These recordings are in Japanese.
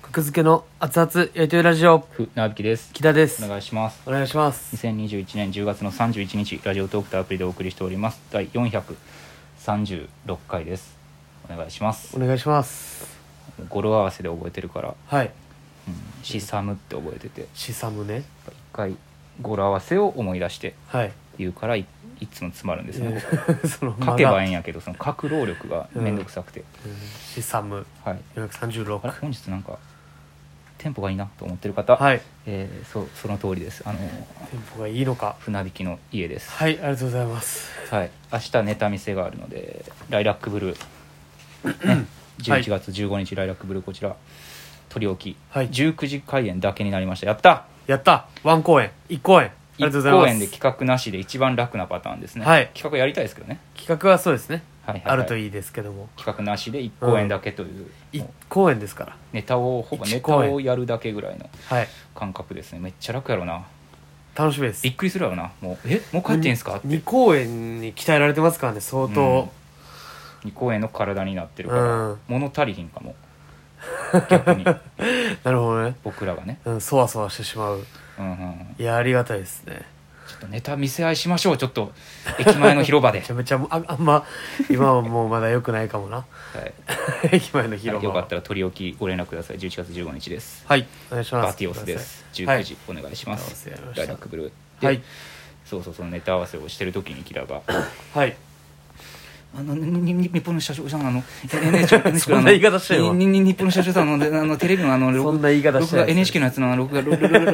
格付けの熱々やりとりラジオ、 なびきです。 木田です。 お願いします。 お願いします。 2021年10月の31日ラジオトークとアプリでお送りしております第436回です。お願いします。 お願いします。 語呂合わせで覚えてるから、 はい。 シサムって覚えてて、 シサムね。 一回語呂合わせを思い出してはい言うからいつも詰まるんですね。 その書けばいいんやけど、その書く労力がめんどくさくて、 シサムはい。あれ 436。 本日なんかテンポがいいなと思ってる方、 はい。 その通りです。 テンポがいいのか。 船引きの家です。 はい、ありがとうございます。 はい、明日ネタ見せがあるのでライラックブルー、ね、11月15日、ライラックブルーこちら取り置き、 はい、 19時開演だけになりました。やったワン公演1公演、ありがとうございます。 1公演で企画なしで一番楽なパターンですね。 はい、 企画やりたいですけどね。 企画はそうですね、 はいはいはい、 あるといいですけども、 企画なしで1公演だけという、 1公演ですからほぼネタをやるだけぐらいの感覚ですね。めっちゃ楽やろな。 楽しみです。 びっくりするやろな。もう帰っていいんすかって。 2公演に鍛えられてますからね、相当、 2公演の体になってるから、物足りひんかも逆になるほどね。 僕らがね、 そわそわしてしまう、いやありがたいですね。 ちょっとネタ見せ合いしましょう。ちょっと駅前の広場でめちゃめちゃあんま今はもうまだ良くないかもな、はい、駅前の広場、 よかったら取り置きご連絡ください。11月15日です。 はい、お願いします。 バティオスです。19時、お願いします。ライラックブルーで、はい、そのネタ合わせをしてる時にキラがはい日本の社長さんNHK そんな言い方してよ。 日本の社長さんテレビのそんな言い方してよ。 NHK のやつの録画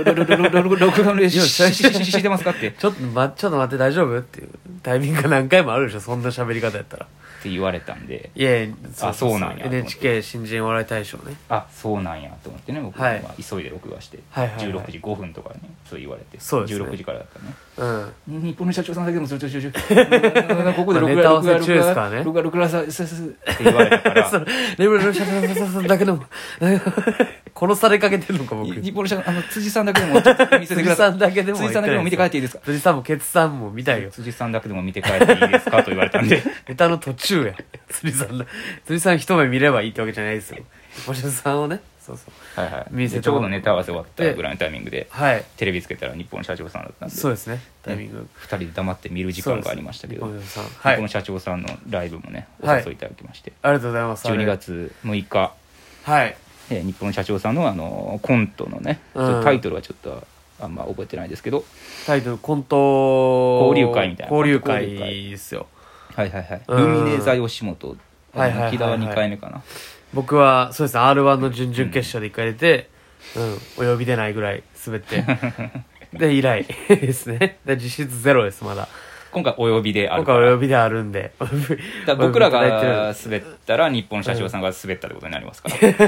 してますかってちょっと待って大丈夫っていうタイミングが何回もあるでしょ、そんな喋り方やったらって言われたんで、 いやそうなんや NHK 新人お笑い大賞ね、 そうなんやと思ってね、僕は急いで録画して、16時5分とかにそう言われて、16時からだったね。日本の社長さんだけでもここでネタ合わせ中ですからね、 録画さって言われたからレベルの社長さんだけでも殺されかけてるのか僕。 日本の社長辻さんだけでも見せてください。辻さんだけでも見て帰っていいですか。 辻さんもケツさんも見たいよ。 辻さんだけでも見て帰っていいですかと言われたんでネタの途中や。辻さん一目見ればいいってわけじゃないですよ。おしさんをね、 見せてちょうどネタ合わせ終わったぐらいのタイミングで、テレビつけたら日本の社長さんだったんで、 そうですね、タイミング 2人で黙って見る時間がありましたけど、日本の社長さんのライブもねお誘いいただきまして、 ありがとうございます。 12月6日、日本の社長さんのコントのね、タイトルはちょっとあんま覚えてないですけど、 タイトルコント交流会みたいな、 交流会ですよ。 ルミネーザ吉本、木田は2回目かな。 僕はそうですね、 R1 の準々決勝で1回出て、お呼び出ないぐらい滑ってで以来ですね。で実質ゼロです。まだ今回お呼びであるから、今回お呼びであるんで僕らが滑ったら日本の社長さんが滑ったってことになりますから、い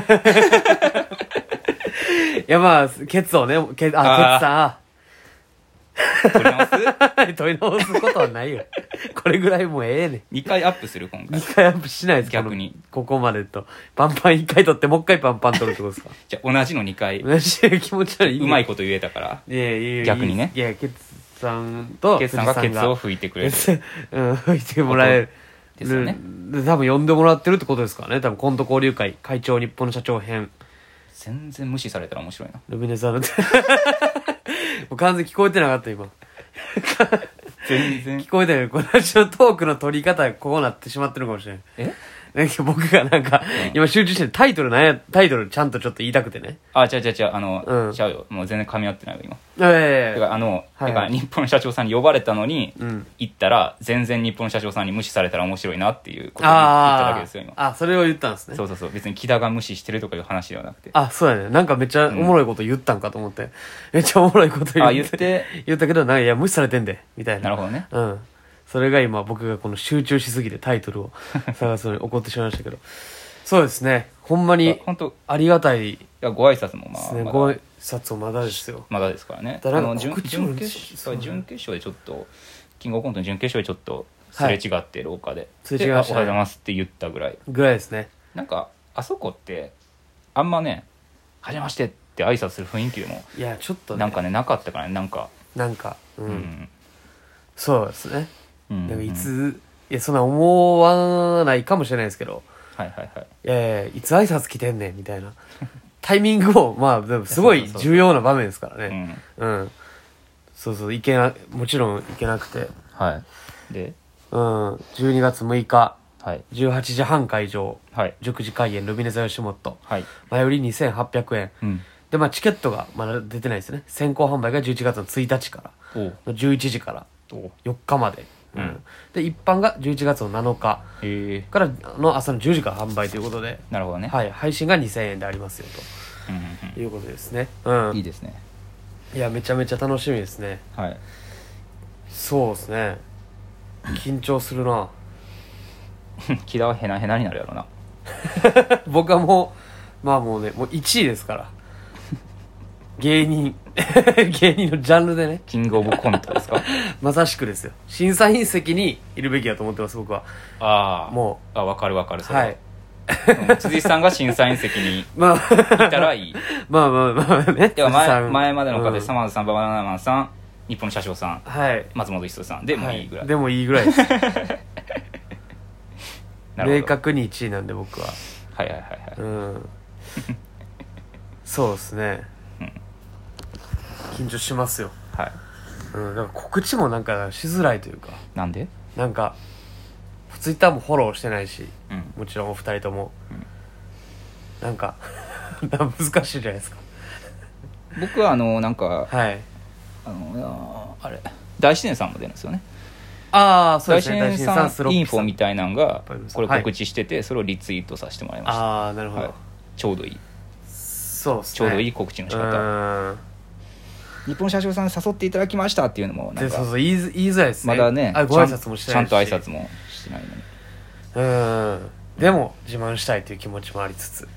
やまあケツをね、ケツさん取り直すことはないよこれぐらいもうええねん。 2回アップする。今回 2回アップしないです。 逆にここまでとパンパン1回取ってもう1回パンパン取るってことですか。 じゃあ同じの2回同じ気持ち悪い、 うまいこと言えたから、逆にね。 いやケツさんとケツさんがケツを拭いてくれる拭いてもらえるですよね。 多分呼んでもらってるってことですからね。多分コント交流会会長日本の社長編。 全然無視されたら面白いな。 ルミネさんのもう完全に聞こえてなかった今全然聞こえてない。この話のトークの取り方こうなってしまってるかもしれない。僕がなんか、今集中してるタイトルちゃんとちょっと言いたくてね。 違うちゃうよ。もう全然噛み合ってないよ今。 だから日本の社長さんに呼ばれたのに、行ったら全然日本の社長さんに無視されたら面白いなっていうことを言っただけですよ今。 それを言ったんですね。 そう別に木田が無視してるとかいう話ではなくて、 そうやね。なんかめっちゃおもろいこと言ったんかと思って、めっちゃおもろいこと言ったけど、なんかいや無視されてんでみたいな。 なるほどね。 それが今僕がこの集中しすぎてタイトルを探すのに怒ってしまいましたけどそうですね、ほんまにありがたい。 ご挨拶もご挨拶もまだですよ。 まだですからね。準決勝でちょっとキングオブコントの準決勝でちょっとすれ違って廊下で、おはようございますって言ったぐらいですね。 なんかあそこってあんまね、はじめましてって挨拶する雰囲気でもちょっとなんかねなかったからね。なんかそうですね。そんな思わないかもしれないですけど、いつ挨拶来てんねんみたいなタイミングもまあでもすごい重要な場面ですからね。そうそうもちろん行けなくて。 はい。で、 12月6日、 はい、 18時半会場、 はい、 19時開演ルミネ座吉本、 はい、 前売り2800円、でまあチケットがまだ出てないですね。先行販売が11月の1日からの11時から4日まで、で一般が11月の7日からの朝の10時から販売ということで、 なるほどね、 はい、配信が2000円でありますよと、いうことですね。 いいですね。 いやめちゃめちゃ楽しみですね。 はい。 そうですね。緊張するな。 木田はヘナヘナになるやろな。 僕はもうまあもうね、もう1位ですから芸人のジャンルでね、 キングオブコントですか？ まさしくですよ。審査員席にいるべきだと思ってます僕は。 ああ、 もう分かるそれ。 はい辻さんが審査員席にいたらいい。 まあね。 では前までの方で、サマーズさん、バナナマンさん、日本の車掌さん、 はい、 松本一人さんでもいいぐらい、 でもいいぐらいです明確に1位なんで僕は。 はいそうですね、緊張しますよ。 はい。 だから告知もなんかしづらいというか。 なんで？ なんかツイッターもフォローしてないし、もちろんお二人とも、なんか難しいじゃないですか。 僕はなんか、 はい、 あれ大自然さんも出るんですよね。 ああ、そうですね。 大自然さんインフォみたいなのがこれ告知してて、それをリツイートさせてもらいました。 ああ、なるほど、 ちょうどいい。 そうですね。 ちょうどいい告知の仕方。日本車掌さん誘っていただきましたっていうのもなんかそう言いづらいですね。 まだね、 ご挨拶もしてないし、 ちゃんと挨拶もしてないのに。 でも自慢したいという気持ちもありつつ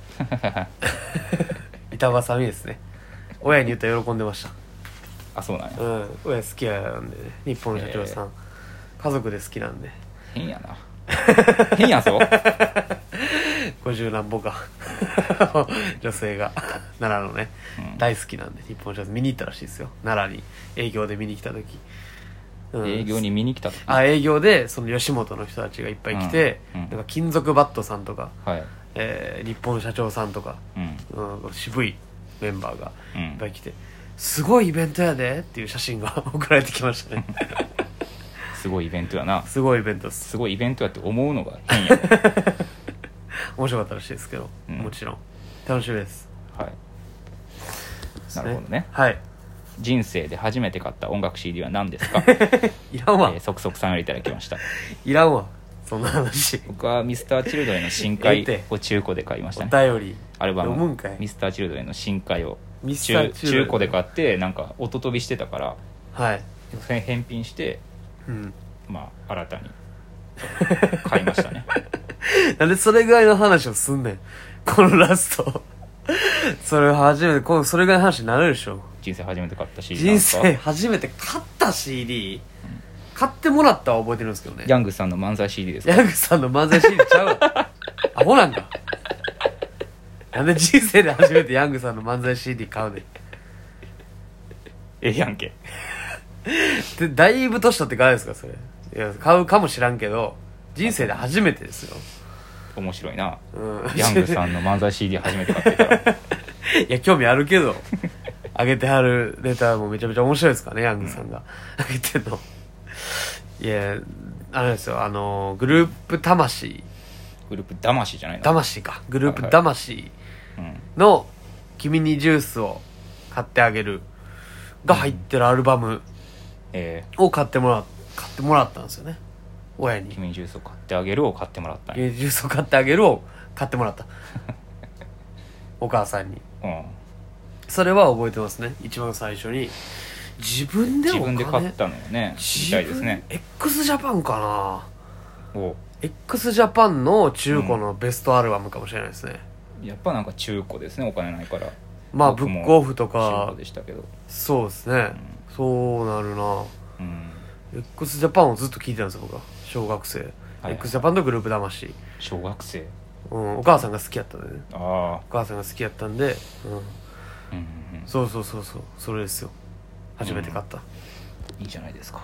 板挟みですね。親に言ったら喜んでました。 あ、そうなんや。 親好きなんでね、日本の社長さん、家族で好きなんで。 変やな。変やぞ。 50何歩か女性が奈良のね、大好きなんで日本社長見に行ったらしいですよ。奈良に営業で見に来た時、 営業に見に来た時、 営業でその吉本の人たちがいっぱい来て、なんか金属バットさんとか、日本社長さんとか、渋いメンバーがいっぱい来て、すごいイベントやでっていう写真が送られてきましたね。 すごいイベントやな。 すごいイベントです。 すごいイベントやって思うのが変や。 面白かったらしいですけど、もちろん楽しみです。 はい。なるほどね。 はい。 人生で初めて買った音楽 CD は何ですか？ いらんわ。 即々さんよりいただきました。 いらんわそんな話。 僕は Mr.Children の新回を中古で買いましたね。 お便りアルバム Mr.Children の新回を中古で買って、なんか音飛びしてたから、 はい、 返品して、まあ新たに買いましたね。 なんでそれぐらいの話をすんねんこのラスト。それ初めてそれぐらいの話になるでしょ。 人生初めて買った CD。 人生初めて買った CD、買ってもらったは覚えてるんですけどね。 ヤングさんの漫才 CD ですか？ ヤングさんの漫才 CD ちゃうわ。アホなんか。なんで人生で初めてヤングさんの漫才 CD 買うねん。 やんけ。 でだいぶ年取ってからですかそれ。いや買うかもしらんけど人生で初めてですよ。 面白いな、ヤングさんの漫才 CD 初めて買ってたら。いや興味あるけど上げてはるネタもめちゃめちゃ面白いですからね、ヤングさんが上げてんの。いやあれですよ、グループ魂じゃないの、 魂か、グループ魂の君にジュースを買ってあげるが入ってるアルバムを買ってもらったんですよね、親に。 君にジュースを買ってあげるを買ってもらったんや。 君にジュースを買ってあげるを買ってもらったお母さんに、それは覚えてますね。一番最初に自分で買ったのよね、みたいですね。 x ジャパンかな。x ジャパンの中古のベストアルバムかもしれないですね。 やっぱなんか中古ですね、お金ないから。 まあブックオフとか中古でしたけど。 そうですね、そうなるな。x ジャパンをずっと聞いてたんですよ僕は小学生。x ジャパンとグループ魂。 小学生、 お母さんが好きやったんでね。 お母さんが好きやったんで、そうそれですよ、初めて買った。 いいじゃないですか。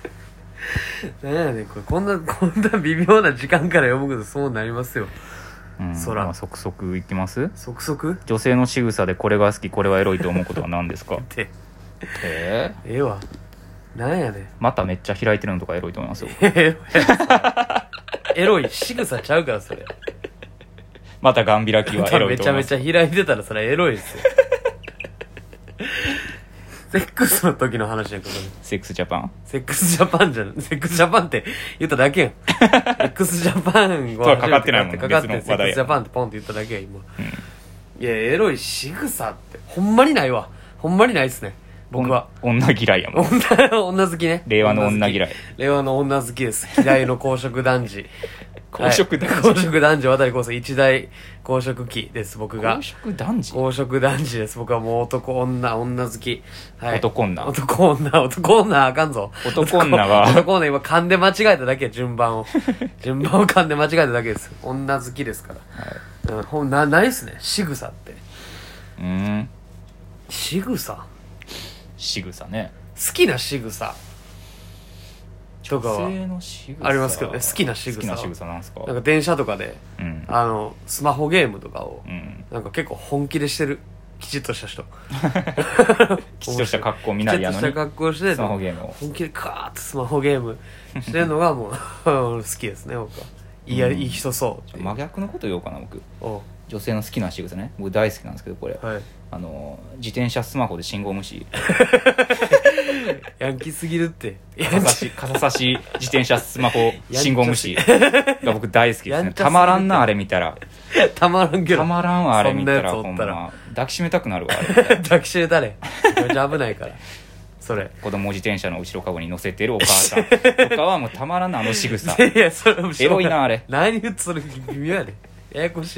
何やねんこれ、こんな微妙な時間から読むことそうなりますよ。 そら、 まあ、即々いきます。 即々 女性の仕草でこれが好きこれはエロいと思うことは何ですかってええわなんやねんまためっちゃ開いてるのとかエロいと思いますよエロい仕草ちゃうからそれまたガン開きはエロいと思います。 めちゃめちゃ開いてたらそれエロいですよセックスの時の話やんかそれ。 セックスジャパンセックスジャパンじゃん。セックスジャパンって言っただけやん。X ジャパンとはかかってないもんね。 かかってセックスジャパンってポンって言っただけや今、いやエロい仕草ってほんまにないわ。ほんまにないっすね僕は。 女嫌いやもん。 女好きね。 令和の女嫌い。 令和の女好きです。嫌いの公職男児公職男児、 公職男児渡りこそ一大公職期です僕が。 公職男児、 公職男児です僕は。もう男女好き、はい、 男女男女あかんぞ。 男女は男女今噛んで間違えただけ。順番を噛んで間違えただけです。女好きですから、はい、ないっすね仕草って。仕草ね。 好きな仕草とかはありますけどね。好きな仕草なんすか。 なんか電車とかで、スマホゲームとかを、なんか結構本気でしてるきちっとした人きちっとした格好見ないやのにきちっとした格好してスマホゲームを本気でカーッとスマホゲームしてるのがもう好きですね僕は。いい人そう真逆のこと言おうかな僕。女性の好きな仕草ね。僕大好きなんですけどこれ、 はい、 自転車スマホで信号無視ヤンキーすぎるって。 傘差し自転車スマホ信号無視が僕大好きですね。たまらんなあれ見たら。 たまらんけど。 たまらんわあれ見たら。ほんま抱きしめたくなるわあれ抱きしめたれ。めっちゃ危ないからそれ。 子供自転車の後ろかごに乗せてるお母さんとかはもうたまらんなあの仕草。 いやそれエロいなあれ。 何それ微妙やで。ややこしい。